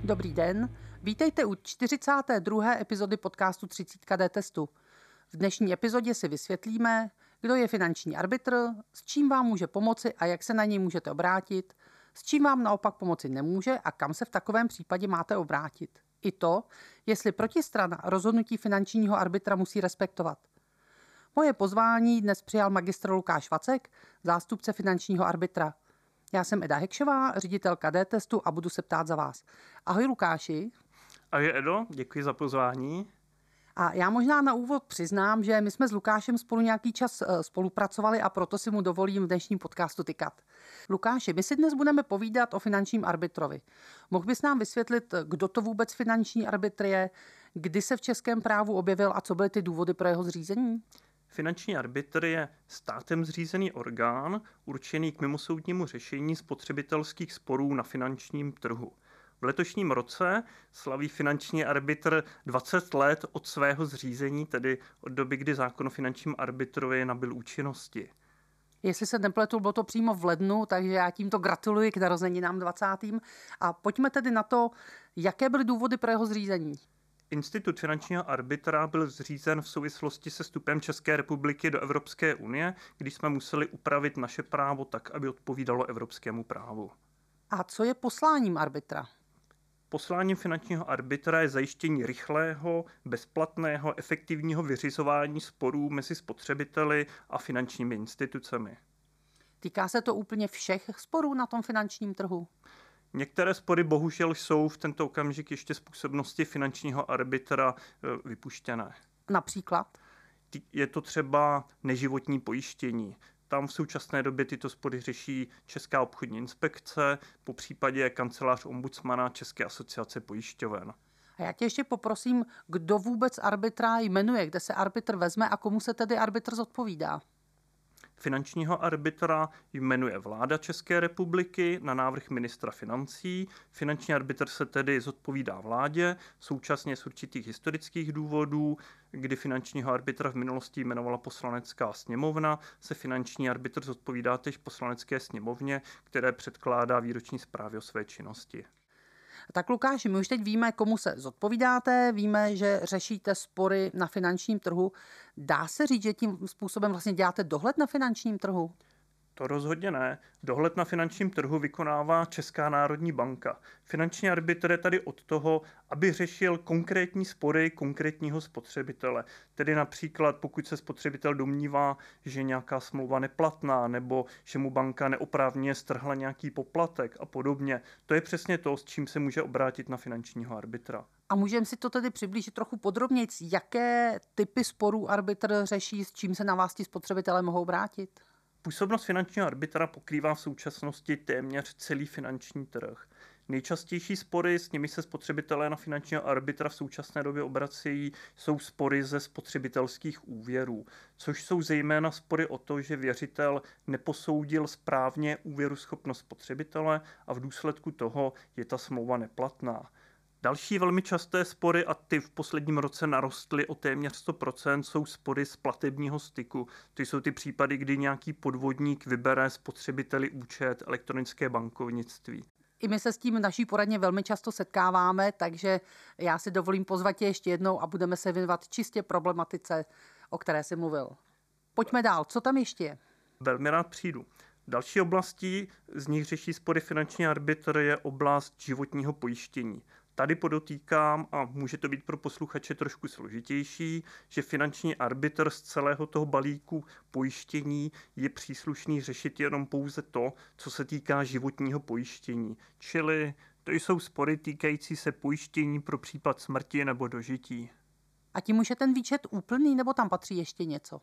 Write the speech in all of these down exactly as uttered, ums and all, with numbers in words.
Dobrý den, vítejte u čtyřicáté druhé epizody podcastu třicet D testu. V dnešní epizodě si vysvětlíme, kdo je finanční arbitr, s čím vám může pomoci a jak se na něj můžete obrátit, s čím vám naopak pomoci nemůže a kam se v takovém případě máte obrátit. I to, jestli protistrana rozhodnutí finančního arbitra musí respektovat. Moje pozvání dnes přijal magistr Lukáš Vacek, zástupce finančního arbitra. Já jsem Eda Hekšová, ředitelka D-testu a budu se ptát za vás. Ahoj Lukáši. Ahoj Edo, děkuji za pozvání. A já možná na úvod přiznám, že my jsme s Lukášem spolu nějaký čas spolupracovali a proto si mu dovolím v dnešním podcastu tykat. Lukáši, my si dnes budeme povídat o finančním arbitrovi. Mohl bys nám vysvětlit, kdo to vůbec finanční arbitr je, kdy se v českém právu objevil a co byly ty důvody pro jeho zřízení? Finanční arbitr je státem zřízený orgán určený k mimosoudnímu řešení spotřebitelských sporů na finančním trhu. V letošním roce slaví finanční arbitr dvacet let od svého zřízení, tedy od doby, kdy zákon o finančním arbitrovi nabyl účinnosti. Jestli se nepletu, bylo to přímo v lednu, takže já tímto gratuluji k narozeninám dvacátým A pojďme tedy na to, jaké byly důvody pro jeho zřízení. Institut finančního arbitra byl zřízen v souvislosti se vstupem České republiky do Evropské unie, když jsme museli upravit naše právo tak, aby odpovídalo evropskému právu. A co je posláním arbitra? Posláním finančního arbitra je zajištění rychlého, bezplatného, efektivního vyřizování sporů mezi spotřebiteli a finančními institucemi. Týká se to úplně všech sporů na tom finančním trhu? Některé spory bohužel jsou v tento okamžik ještě z působnosti finančního arbitra vypuštěné. Například? Je to třeba neživotní pojištění. Tam v současné době tyto spory řeší Česká obchodní inspekce, popřípadě kancelář ombudsmana České asociace pojišťoven. A já tě ještě poprosím, kdo vůbec arbitra jmenuje, kde se arbitr vezme a komu se tedy arbitr zodpovídá? Finančního arbitra jmenuje vláda České republiky na návrh ministra financí. Finanční arbitr se tedy zodpovídá vládě, současně z určitých historických důvodů, kdy finančního arbitra v minulosti jmenovala poslanecká sněmovna, se finanční arbitr zodpovídá též poslanecké sněmovně, které předkládá výroční zprávy o své činnosti. Tak Lukáši, my už teď víme, komu se zodpovídáte, víme, že řešíte spory na finančním trhu. Dá se říct, že tím způsobem vlastně děláte dohled na finančním trhu? To rozhodně ne. Dohled na finančním trhu vykonává Česká národní banka. Finanční arbitr je tady od toho, aby řešil konkrétní spory konkrétního spotřebitele. Tedy například, pokud se spotřebitel domnívá, že nějaká smlouva neplatná nebo že mu banka neoprávněně strhla nějaký poplatek a podobně. To je přesně to, s čím se může obrátit na finančního arbitra. A můžeme si to tedy přiblížit trochu podrobněji, jaké typy sporů arbitr řeší, s čím se na vás ti spotřebitelé mohou obrátit? Působnost finančního arbitra pokrývá v současnosti téměř celý finanční trh. Nejčastější spory, s nimi se spotřebitelé na finančního arbitra v současné době obracejí, jsou spory ze spotřebitelských úvěrů, což jsou zejména spory o to, že věřitel neposoudil správně úvěruschopnost spotřebitele a v důsledku toho je ta smlouva neplatná. Další velmi časté spory, a ty v posledním roce narostly o téměř sto procent, jsou spory z platebního styku. To jsou ty případy, kdy nějaký podvodník vybere spotřebiteli účet, elektronické bankovnictví. I my se s tím v naší poradně velmi často setkáváme, takže já si dovolím pozvat tě ještě jednou a budeme se věnovat čistě problematice, o které jsi mluvil. Pojďme dál, co tam ještě je? Velmi rád přijdu. Další oblastí, z nich řeší spory finanční arbitr, je oblast životního pojištění. Tady podotýkám, a může to být pro posluchače trošku složitější, že finanční arbitr z celého toho balíku pojištění je příslušný řešit jenom pouze to, co se týká životního pojištění. Čili to jsou spory týkající se pojištění pro případ smrti nebo dožití. A tím už je ten výčet úplný, nebo tam patří ještě něco?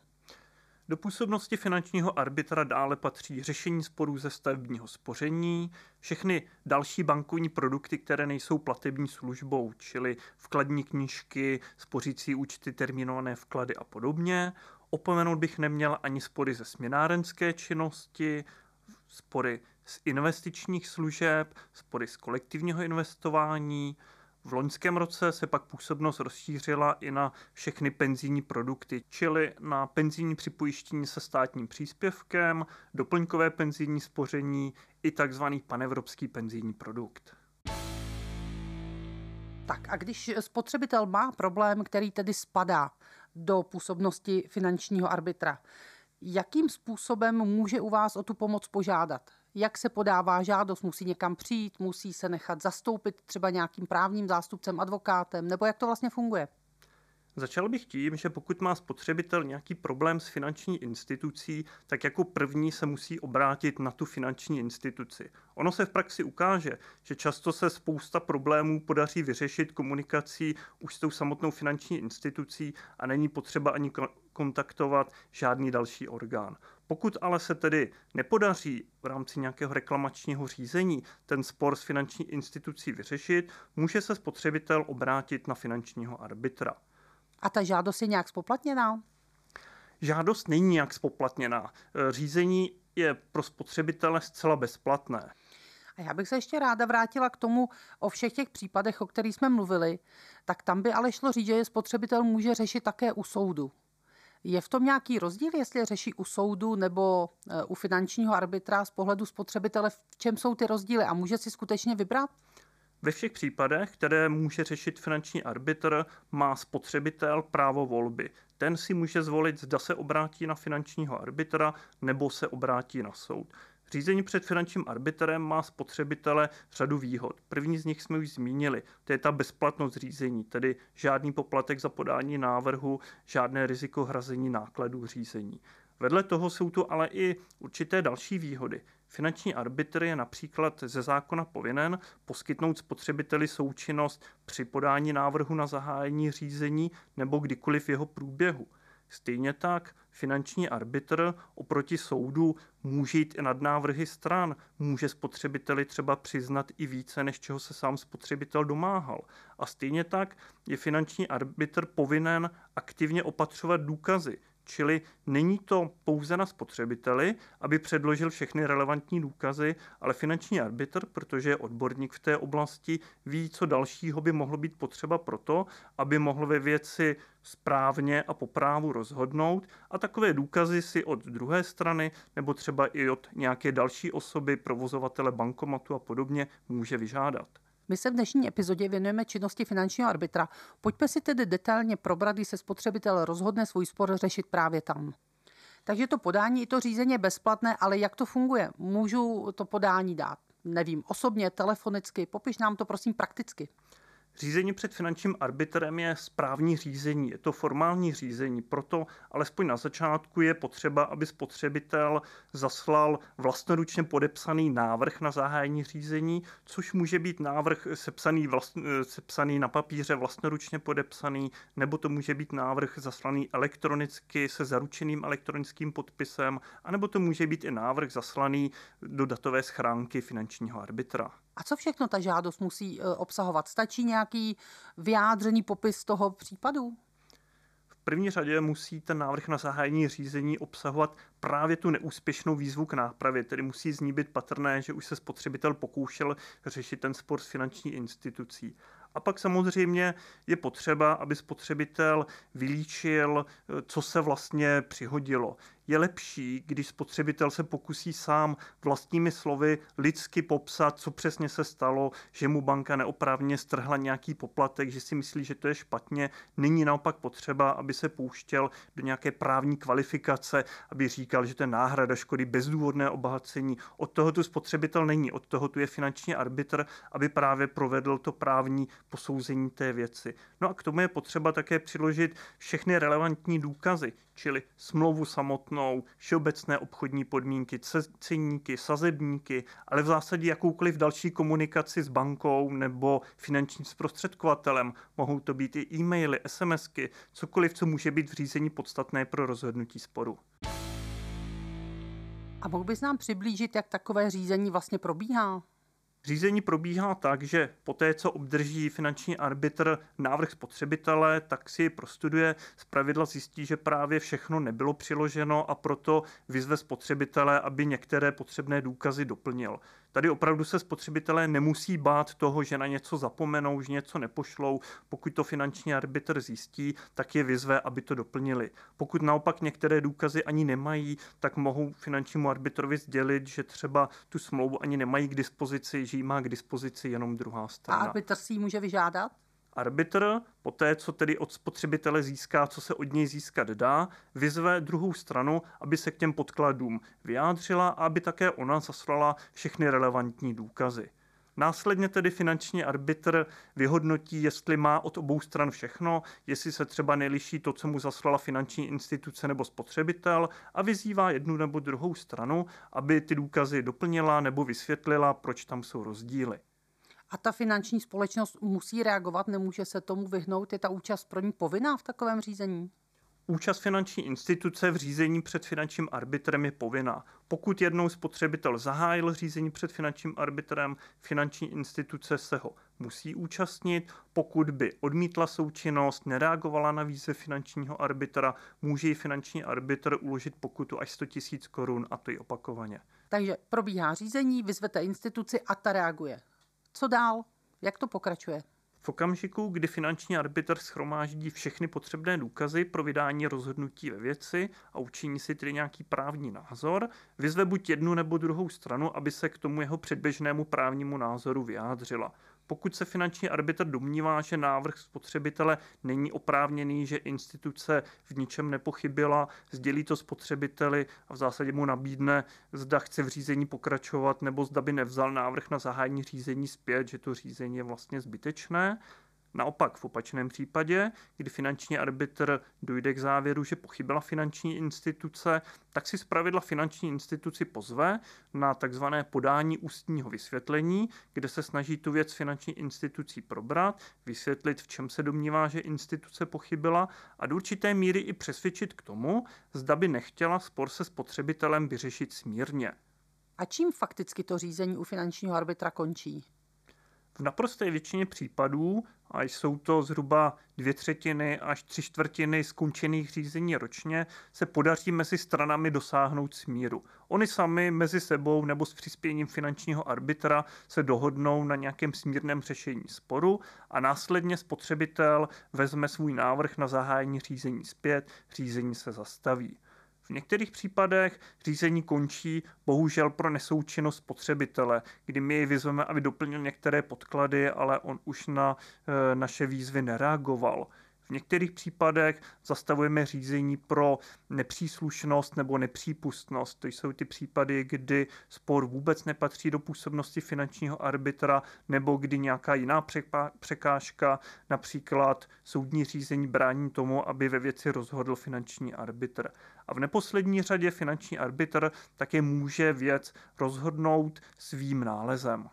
Do působnosti finančního arbitra dále patří řešení sporů ze stavebního spoření, všechny další bankovní produkty, které nejsou platební službou, čili vkladní knížky, spořící účty, termínované vklady a podobně. Opomenout bych neměl ani spory ze směnárenské činnosti, spory z investičních služeb, spory z kolektivního investování. V loňském roce se pak působnost rozšířila i na všechny penzijní produkty, čili na penzijní připojištění se státním příspěvkem, doplňkové penzijní spoření i tzv. Panevropský penzijní produkt. Tak a když spotřebitel má problém, který tedy spadá do působnosti finančního arbitra, jakým způsobem může u vás o tu pomoc požádat? Jak se podává žádost? Musí někam přijít? Musí se nechat zastoupit třeba nějakým právním zástupcem, advokátem? Nebo jak to vlastně funguje? Začal bych tím, že pokud má spotřebitel nějaký problém s finanční institucí, tak jako první se musí obrátit na tu finanční instituci. Ono se v praxi ukáže, že často se spousta problémů podaří vyřešit komunikací už s tou samotnou finanční institucí a není potřeba ani kontaktovat žádný další orgán. Pokud ale se tedy nepodaří v rámci nějakého reklamačního řízení ten spor s finanční institucí vyřešit, může se spotřebitel obrátit na finančního arbitra. A ta žádost je nějak zpoplatněná? Žádost není nějak zpoplatněná. Řízení je pro spotřebitele zcela bezplatné. A já bych se ještě ráda vrátila k tomu o všech těch případech, o kterých jsme mluvili, tak tam by ale šlo říct, že je spotřebitel může řešit také u soudu. Je v tom nějaký rozdíl, jestli řeší u soudu nebo u finančního arbitra z pohledu spotřebitele, v čem jsou ty rozdíly a může si skutečně vybrat? Ve všech případech, které může řešit finanční arbitr, má spotřebitel právo volby. Ten si může zvolit, zda se obrátí na finančního arbitra nebo se obrátí na soud. Řízení před finančním arbitrem má spotřebitele řadu výhod. První z nich jsme už zmínili, to je ta bezplatnost řízení, tedy žádný poplatek za podání návrhu, žádné riziko hrazení nákladů řízení. Vedle toho jsou tu ale i určité další výhody. Finanční arbitr je například ze zákona povinen poskytnout spotřebiteli součinnost při podání návrhu na zahájení řízení nebo kdykoliv v jeho průběhu. Stejně tak finanční arbitr oproti soudu může jít i nad návrhy stran, může spotřebiteli třeba přiznat i více, než čeho se sám spotřebitel domáhal. A stejně tak je finanční arbitr povinen aktivně opatřovat důkazy. Čili není to pouze na spotřebiteli, aby předložil všechny relevantní důkazy, ale finanční arbitr, protože je odborník v té oblasti, ví, co dalšího by mohlo být potřeba proto, aby mohl ve věci správně a po právu rozhodnout a takové důkazy si od druhé strany nebo třeba i od nějaké další osoby, provozovatele bankomatu a podobně může vyžádat. My se v dnešní epizodě věnujeme činnosti finančního arbitra. Pojďme si tedy detailně probrat, když se spotřebitel rozhodne svůj spor řešit právě tam. Takže to podání i to řízení je bezplatné, ale jak to funguje? Můžu to podání dát, nevím, osobně, telefonicky? Popiš nám to prosím prakticky. Řízení před finančním arbitrem je správní řízení, je to formální řízení, proto alespoň na začátku je potřeba, aby spotřebitel zaslal vlastnoručně podepsaný návrh na zahájení řízení, což může být návrh sepsaný, vlast, sepsaný na papíře, vlastnoručně podepsaný, nebo to může být návrh zaslaný elektronicky se zaručeným elektronickým podpisem, anebo to může být i návrh zaslaný do datové schránky finančního arbitra. A co všechno ta žádost musí obsahovat? Stačí nějaký vyjádřený popis toho případu? V první řadě musí ten návrh na zahájení řízení obsahovat právě tu neúspěšnou výzvu k nápravě, tedy musí z ní být patrné, že už se spotřebitel pokoušel řešit ten spor s finanční institucí. A pak samozřejmě je potřeba, aby spotřebitel vylíčil, co se vlastně přihodilo. Je lepší, když spotřebitel se pokusí sám vlastními slovy lidsky popsat, co přesně se stalo, že mu banka neoprávněně strhla nějaký poplatek, že si myslí, že to je špatně. Není naopak potřeba, aby se pouštěl do nějaké právní kvalifikace, aby říkal, že to je náhrada škody, bezdůvodné obohacení. Od toho tu spotřebitel není, od toho tu je finanční arbitr, aby právě provedl to právní posouzení té věci. No a k tomu je potřeba také přiložit všechny relevantní důkazy, čili smlouvu samotnou, všeobecné obchodní podmínky, ceníky, sazebníky, ale v zásadě jakoukoliv další komunikaci s bankou nebo finančním zprostředkovatelem. Mohou to být i e-maily, SMSky, cokoliv, co může být v řízení podstatné pro rozhodnutí sporu. A mohl bys nám přiblížit, jak takové řízení vlastně probíhá? Řízení probíhá tak, že poté, co obdrží finanční arbitr návrh spotřebitele, tak si prostuduje, zpravidla zjistí, že právě všechno nebylo přiloženo a proto vyzve spotřebitele, aby některé potřebné důkazy doplnil. Tady opravdu se spotřebitelé nemusí bát toho, že na něco zapomenou, že něco nepošlou. Pokud to finanční arbitr zjistí, tak je vyzve, aby to doplnili. Pokud naopak některé důkazy ani nemají, tak mohou finančnímu arbitrovi sdělit, že třeba tu smlouvu ani nemají k dispozici, že ji má k dispozici jenom druhá strana. A arbitr si ji může vyžádat? Arbitr, poté co tedy od spotřebitele získá, co se od něj získat dá, vyzve druhou stranu, aby se k těm podkladům vyjádřila a aby také ona zaslala všechny relevantní důkazy. Následně tedy finanční arbitr vyhodnotí, jestli má od obou stran všechno, jestli se třeba neliší to, co mu zaslala finanční instituce nebo spotřebitel, a vyzývá jednu nebo druhou stranu, aby ty důkazy doplnila nebo vysvětlila, proč tam jsou rozdíly. A ta finanční společnost musí reagovat, nemůže se tomu vyhnout? Je ta účast pro ní povinná v takovém řízení? Účast finanční instituce v řízení před finančním arbitrem je povinná. Pokud jednou spotřebitel zahájil řízení před finančním arbitrem, finanční instituce se ho musí účastnit. Pokud by odmítla součinnost, nereagovala na výzvy finančního arbitra, může jí finanční arbitr uložit pokutu až sto tisíc korun, a to i opakovaně. Takže probíhá řízení, vyzvete instituci a ta reaguje. Co dál? Jak to pokračuje? V okamžiku, kdy finanční arbitr shromáždí všechny potřebné důkazy pro vydání rozhodnutí ve věci a učiní si tedy nějaký právní názor, vyzve buď jednu nebo druhou stranu, aby se k tomu jeho předběžnému právnímu názoru vyjádřila. Pokud se finanční arbitr domnívá, že návrh spotřebitele není oprávněný, že instituce v ničem nepochybila, sdělí to spotřebiteli a v zásadě mu nabídne, zda chce v řízení pokračovat nebo zda by nevzal návrh na zahájení řízení zpět, že to řízení je vlastně zbytečné. Naopak v opačném případě, kdy finanční arbitr dojde k závěru, že pochybila finanční instituce, tak si zpravidla finanční instituci pozve na takzvané podání ústního vysvětlení, kde se snaží tu věc finanční institucí probrat, vysvětlit, v čem se domnívá, že instituce pochybila, a do určité míry i přesvědčit k tomu, zda by nechtěla spor se spotřebitelem vyřešit smírně. A čím fakticky to řízení u finančního arbitra končí? V naprosté většině případů, a jsou to zhruba dvě třetiny až tři čtvrtiny skončených řízení ročně, se podaří mezi stranami dosáhnout smíru. Oni sami mezi sebou nebo s přispěním finančního arbitra se dohodnou na nějakém smírném řešení sporu a následně spotřebitel vezme svůj návrh na zahájení řízení zpět, řízení se zastaví. V některých případech řízení končí bohužel pro nesoučinnost spotřebitele, kdy my jej vyzveme, aby doplnil některé podklady, ale on už na e, naše výzvy nereagoval. V některých případech zastavujeme řízení pro nepříslušnost nebo nepřípustnost. To jsou ty případy, kdy spor vůbec nepatří do působnosti finančního arbitra nebo kdy nějaká jiná překážka, například soudní řízení, brání tomu, aby ve věci rozhodl finanční arbitr. A v neposlední řadě finanční arbitr také může věc rozhodnout svým nálezem.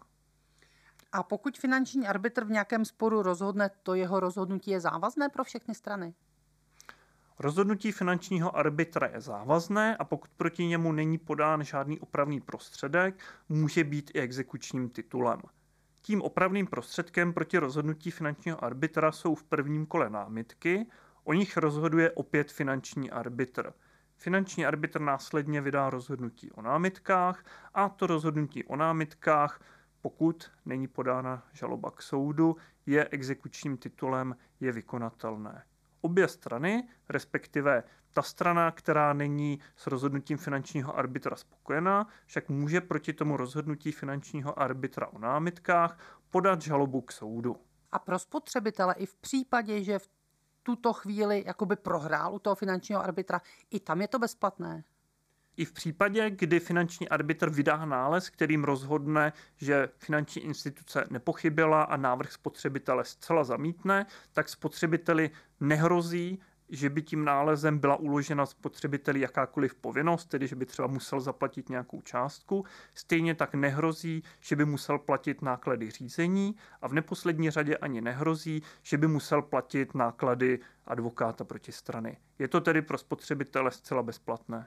A pokud finanční arbitr v nějakém sporu rozhodne, to jeho rozhodnutí je závazné pro všechny strany? Rozhodnutí finančního arbitra je závazné a pokud proti němu není podán žádný opravný prostředek, může být i exekučním titulem. Tím opravným prostředkem proti rozhodnutí finančního arbitra jsou v prvním kole námitky, o nich rozhoduje opět finanční arbitr. Finanční arbitr následně vydá rozhodnutí o námitkách a to rozhodnutí o námitkách, pokud není podána žaloba k soudu, je exekučním titulem, je vykonatelné. Obě strany, respektive ta strana, která není s rozhodnutím finančního arbitra spokojená, však může proti tomu rozhodnutí finančního arbitra o námitkách podat žalobu k soudu. A pro spotřebitele i v případě, že v tuto chvíli jakoby prohrál u toho finančního arbitra, i tam je to bezplatné? I v případě, kdy finanční arbitr vydá nález, kterým rozhodne, že finanční instituce nepochybila a návrh spotřebitele zcela zamítne, tak spotřebiteli nehrozí, že by tím nálezem byla uložena spotřebiteli jakákoliv povinnost, tedy že by třeba musel zaplatit nějakou částku. Stejně tak nehrozí, že by musel platit náklady řízení a v neposlední řadě ani nehrozí, že by musel platit náklady advokáta protistrany. Je to tedy pro spotřebitele zcela bezplatné.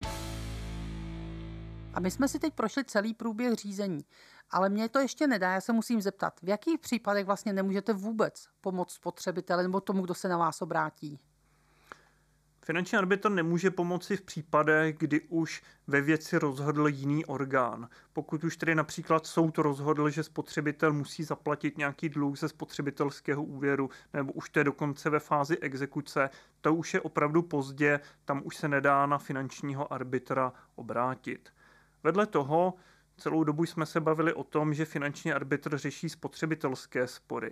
A my jsme si teď prošli celý průběh řízení, ale mě to ještě nedá, já se musím zeptat, v jakých případech vlastně nemůžete vůbec pomoct spotřebiteli nebo tomu, kdo se na vás obrátí? Finanční arbitr nemůže pomoci v případech, kdy už ve věci rozhodl jiný orgán. Pokud už tedy například soud rozhodl, že spotřebitel musí zaplatit nějaký dluh ze spotřebitelského úvěru, nebo už to je dokonce ve fázi exekuce, to už je opravdu pozdě, tam už se nedá na finančního arbitra obrátit. Vedle toho celou dobu jsme se bavili o tom, že finanční arbitr řeší spotřebitelské spory.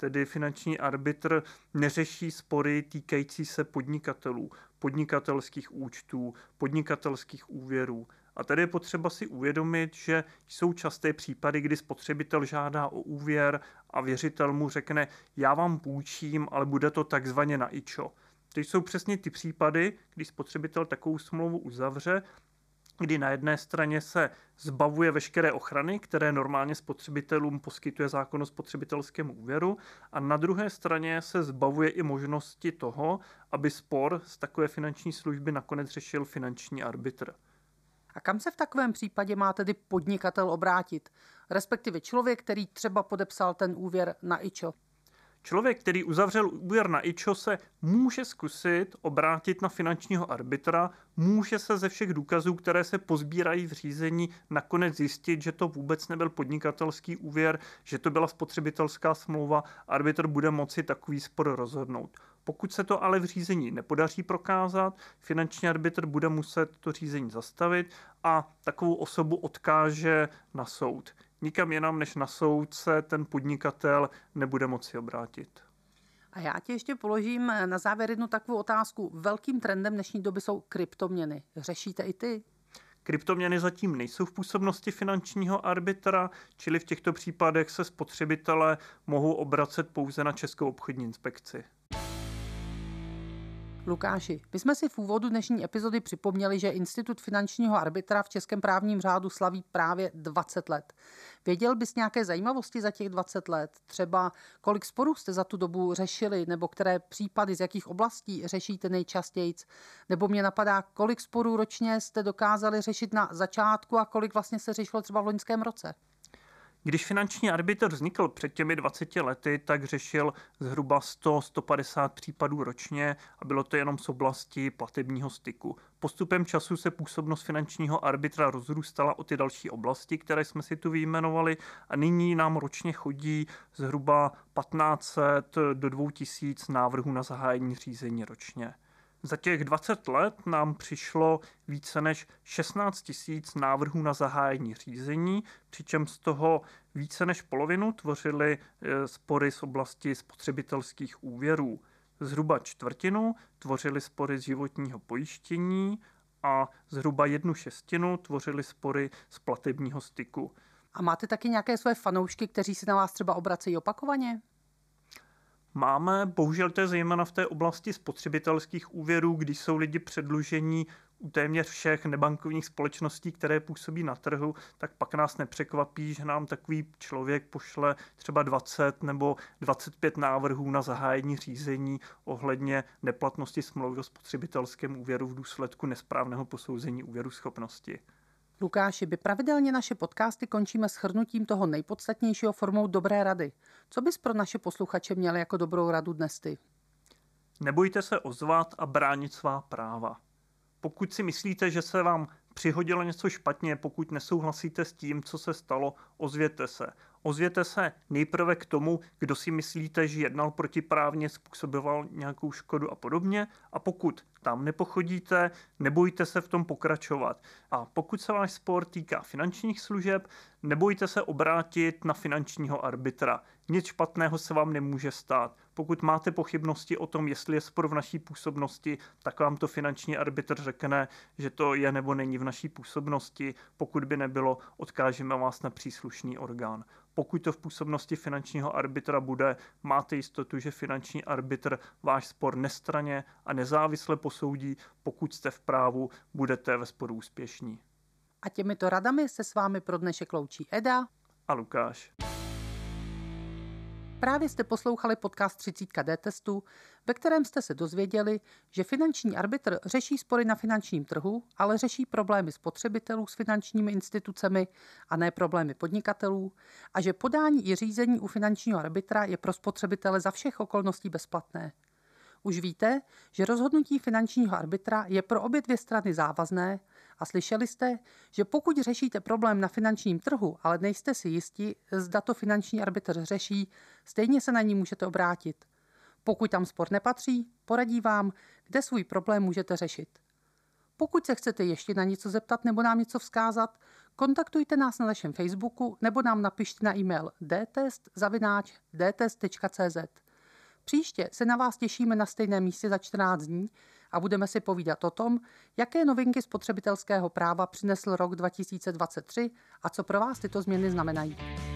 tedy finanční arbitr neřeší spory týkající se podnikatelů, podnikatelských účtů, podnikatelských úvěrů. A tady je potřeba si uvědomit, že jsou časté případy, kdy spotřebitel žádá o úvěr a věřitel mu řekne, já vám půjčím, ale bude to takzvaně na ičo. To jsou přesně ty případy, kdy spotřebitel takovou smlouvu uzavře, kdy na jedné straně se zbavuje veškeré ochrany, které normálně spotřebitelům poskytuje zákon o spotřebitelském úvěru, a na druhé straně se zbavuje i možnosti toho, aby spor z takové finanční služby nakonec řešil finanční arbitr. A kam se v takovém případě má tedy podnikatel obrátit? Respektive člověk, který třeba podepsal ten úvěr na ičo. Člověk, který uzavřel úvěr na ičo, se může zkusit obrátit na finančního arbitra, může se ze všech důkazů, které se pozbírají v řízení, nakonec zjistit, že to vůbec nebyl podnikatelský úvěr, že to byla spotřebitelská smlouva, arbitr bude moci takový spor rozhodnout. Pokud se to ale v řízení nepodaří prokázat, finanční arbitr bude muset to řízení zastavit a takovou osobu odkáže na soud. Nikam jinam než na soud se ten podnikatel nebude moci obrátit. A já ti ještě položím na závěr jednu takovou otázku. Velkým trendem dnešní doby jsou kryptoměny. Řešíte i ty? Kryptoměny zatím nejsou v působnosti finančního arbitra, čili v těchto případech se spotřebitelé mohou obracet pouze na Českou obchodní inspekci. Lukáši, my jsme si v úvodu dnešní epizody připomněli, že Institut finančního arbitra v českém právním řádu slaví právě dvacet let. Věděl bys nějaké zajímavosti za těch dvacet let? Třeba kolik sporů jste za tu dobu řešili, nebo které případy z jakých oblastí řešíte nejčastěji? Nebo mě napadá, kolik sporů ročně jste dokázali řešit na začátku a kolik vlastně se řešilo třeba v loňském roce? Když finanční arbitr vznikl před těmi dvaceti lety, tak řešil zhruba sto až sto padesát případů ročně a bylo to jenom z oblasti platebního styku. Postupem času se působnost finančního arbitra rozrůstala o ty další oblasti, které jsme si tu vyjmenovali, a nyní nám ročně chodí zhruba patnáct set do dvou tisíc návrhů na zahájení řízení ročně. Za těch dvacet let nám přišlo více než šestnáct tisíc návrhů na zahájení řízení, přičemž z toho více než polovinu tvořily spory z oblasti spotřebitelských úvěrů. Zhruba čtvrtinu tvořily spory z životního pojištění a zhruba jednu šestinu tvořily spory z platebního styku. A máte taky nějaké své fanoušky, kteří se na vás třeba obracejí opakovaně? Máme, bohužel to je zejména v té oblasti spotřebitelských úvěrů, kdy jsou lidi předlužení u téměř všech nebankovních společností, které působí na trhu, tak pak nás nepřekvapí, že nám takový člověk pošle třeba dvacet nebo dvacet pět návrhů na zahájení řízení ohledně neplatnosti smlouvy o spotřebitelském úvěru v důsledku nesprávného posouzení úvěru schopnosti. Lukáši, my pravidelně naše podcasty končíme shrnutím toho nejpodstatnějšího formou dobré rady. Co bys pro naše posluchače měl jako dobrou radu dnes ty? Nebojte se ozvat a bránit svá práva. Pokud si myslíte, že se vám přihodilo něco špatně, pokud nesouhlasíte s tím, co se stalo, ozvěte se. Ozvěte se nejprve k tomu, kdo si myslíte, že jednal protiprávně, způsoboval nějakou škodu a podobně. A pokud tam nepochodíte, nebojte se v tom pokračovat. A pokud se váš spor týká finančních služeb, nebojte se obrátit na finančního arbitra. Nic špatného se vám nemůže stát. Pokud máte pochybnosti o tom, jestli je spor v naší působnosti, tak vám to finanční arbitr řekne, že to je nebo není v naší působnosti. Pokud by nebylo, odkážeme vás na příslušný orgán. Pokud to v působnosti finančního arbitra bude, máte jistotu, že finanční arbitr váš spor nestranně a nezávisle posoudí. Pokud jste v právu, budete ve sporu úspěšní. A těmito radami se s vámi pro dnešek loučí Eda a Lukáš. Právě jste poslouchali podcast třicet D testu, ve kterém jste se dozvěděli, že finanční arbitr řeší spory na finančním trhu, ale řeší problémy spotřebitelů s finančními institucemi a ne problémy podnikatelů, a že podání i řízení u finančního arbitra je pro spotřebitele za všech okolností bezplatné. Už víte, že rozhodnutí finančního arbitra je pro obě dvě strany závazné a slyšeli jste, že pokud řešíte problém na finančním trhu, ale nejste si jisti, zda to finanční arbitr řeší, stejně se na ní můžete obrátit. Pokud tam spor nepatří, poradí vám, kde svůj problém můžete řešit. Pokud se chcete ještě na něco zeptat nebo nám něco vzkázat, Kontaktujte nás na našem Facebooku nebo nám napište na e-mail d test zavináč d test tečka c z. Příště se na vás těšíme na stejném místě za čtrnáct dní a budeme si povídat o tom, jaké novinky spotřebitelského práva přinesl rok dva tisíce dvacet tři a co pro vás tyto změny znamenají.